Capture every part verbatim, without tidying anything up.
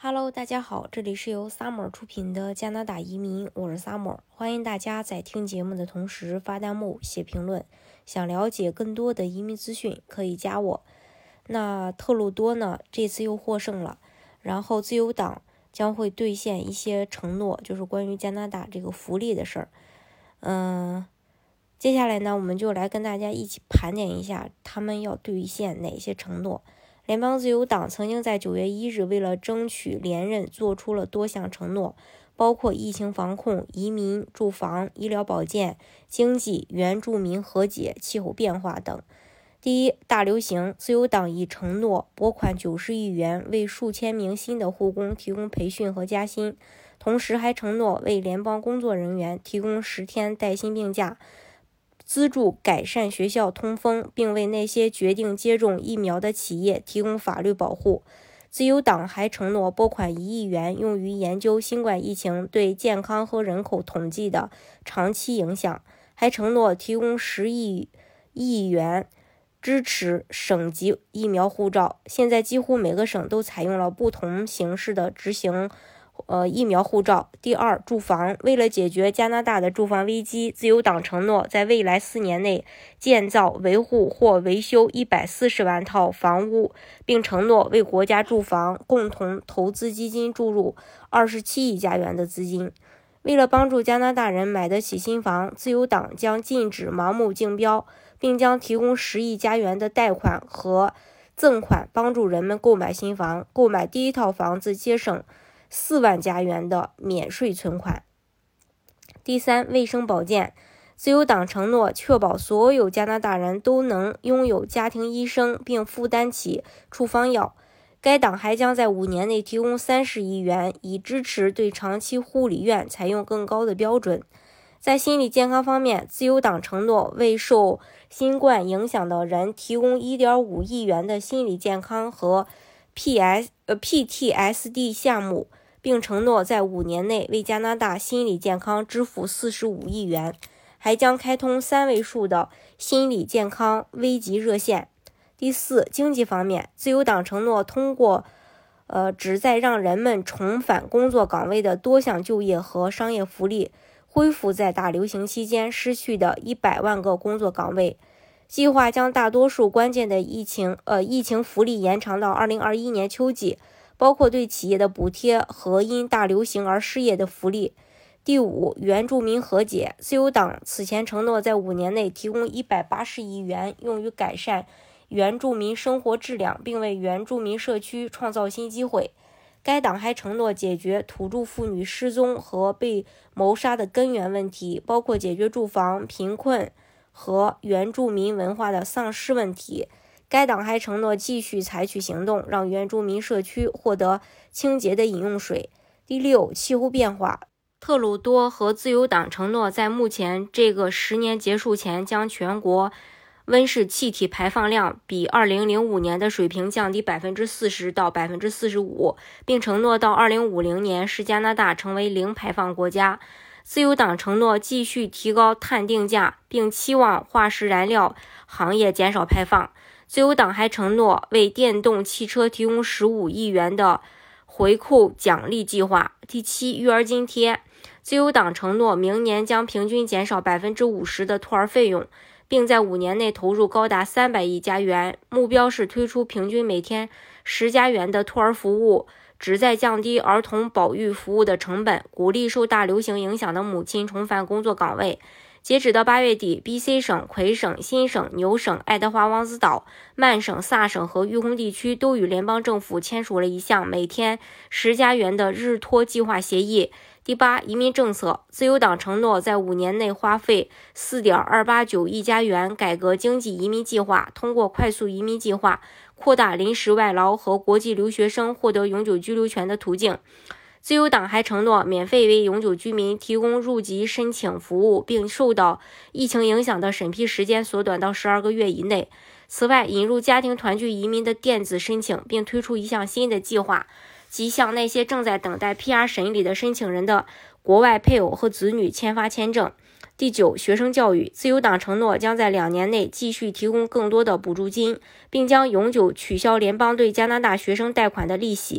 Hello， 大家好，这里是由 Summer 出品的加拿大移民，我是 Summer， 欢迎大家在听节目的同时发弹幕、写评论。想了解更多的移民资讯，可以加我。那特鲁多呢，这次又获胜了，然后自由党将会兑现一些承诺，就是关于加拿大这个福利的事儿。嗯，接下来呢，我们就来跟大家一起盘点一下他们要兑现哪些承诺。联邦自由党曾经在九月一日为了争取连任做出了多项承诺，包括疫情防控、移民、住房、医疗保健、经济、原住民和解、气候变化等。第一，大流行，自由党已承诺拨款九十亿元为数千名新的护工提供培训和加薪，同时还承诺为联邦工作人员提供十天带薪病假，资助改善学校通风，并为那些决定接种疫苗的企业提供法律保护。自由党还承诺拨款一亿元用于研究新冠疫情对健康和人口统计的长期影响，还承诺提供十亿亿元支持省级疫苗护照。现在几乎每个省都采用了不同形式的执行呃，疫苗护照。第二，住房，为了解决加拿大的住房危机，自由党承诺在未来四年内建造、维护或维修一百四十万套房屋，并承诺为国家住房共同投资基金注入二十七亿加元的资金。为了帮助加拿大人买得起新房，自由党将禁止盲目竞标，并将提供十亿加元的贷款和赠款，帮助人们购买新房。购买第一套房子节省四万加元的免税存款。第三，卫生保健，自由党承诺确保所有加拿大人都能拥有家庭医生，并负担起处方药。该党还将在五年内提供三十亿元，以支持对长期护理院采用更高的标准。在心理健康方面，自由党承诺为受新冠影响的人提供 一点五亿元的心理健康和 P S, 呃 P T S D 项目，并承诺在五年内为加拿大心理健康支付四十五亿元，还将开通三位数的心理健康危急热线。第四，经济方面，自由党承诺通过呃旨在让人们重返工作岗位的多项就业和商业福利，恢复在大流行期间失去的一百万个工作岗位。计划将大多数关键的疫情呃疫情福利延长到二零二一年秋季，包括对企业的补贴和因大流行而失业的福利。第五，原住民和解，自由党此前承诺在五年内提供一百八十亿元用于改善原住民生活质量，并为原住民社区创造新机会。该党还承诺解决土著妇女失踪和被谋杀的根源问题，包括解决住房、贫困和原住民文化的丧失问题。该党还承诺继续采取行动，让原住民社区获得清洁的饮用水。第六，气候变化，特鲁多和自由党承诺在目前这个十年结束前，将全国温室气体排放量比二零零五年的水平降低 百分之四十 到 百分之四十五， 并承诺到二零五零年使加拿大成为零排放国家。自由党承诺继续提高碳定价，并期望化石燃料行业减少排放。自由党还承诺为电动汽车提供十五亿元的回扣奖励计划。第七，育儿津贴，自由党承诺明年将平均减少 百分之五十 的托儿费用，并在五年内投入高达三百亿加元，目标是推出平均每天十加元的托儿服务，旨在降低儿童保育服务的成本，鼓励受大流行影响的母亲重返工作岗位。截止到八月底， B C 省、魁省、新省、纽省、爱德华王子岛、曼省、萨省和育空地区都与联邦政府签署了一项每天十加元的日托计划协议。第八，移民政策，自由党承诺在五年内花费 四点二八九亿加元改革经济移民计划，通过快速移民计划扩大临时外劳和国际留学生获得永久居留权的途径。自由党还承诺免费为永久居民提供入籍申请服务，并受到疫情影响的审批时间缩短到十二个月以内。此外，引入家庭团聚移民的电子申请，并推出一项新的计划，即向那些正在等待 P R 审理的申请人的国外配偶和子女签发签证。第九，学生教育，自由党承诺将在两年内继续提供更多的补助金，并将永久取消联邦对加拿大学生贷款的利息。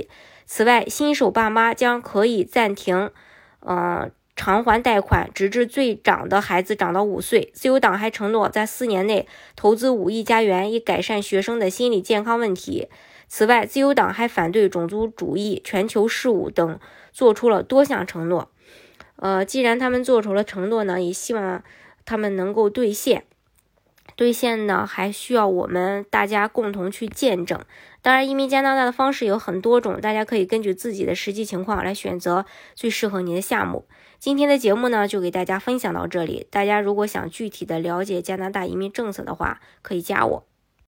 此外，新手爸妈将可以暂停呃偿还贷款，直至最长的孩子长到五岁。自由党还承诺在四年内投资五亿加元，以改善学生的心理健康问题。此外，自由党还反对种族主义、全球事务等，做出了多项承诺。呃，既然他们做出了承诺呢，也希望他们能够兑现。兑现呢，还需要我们大家共同去见证。当然，移民加拿大的方式有很多种，大家可以根据自己的实际情况来选择最适合你的项目。今天的节目呢，就给大家分享到这里。大家如果想具体的了解加拿大移民政策的话，可以加我。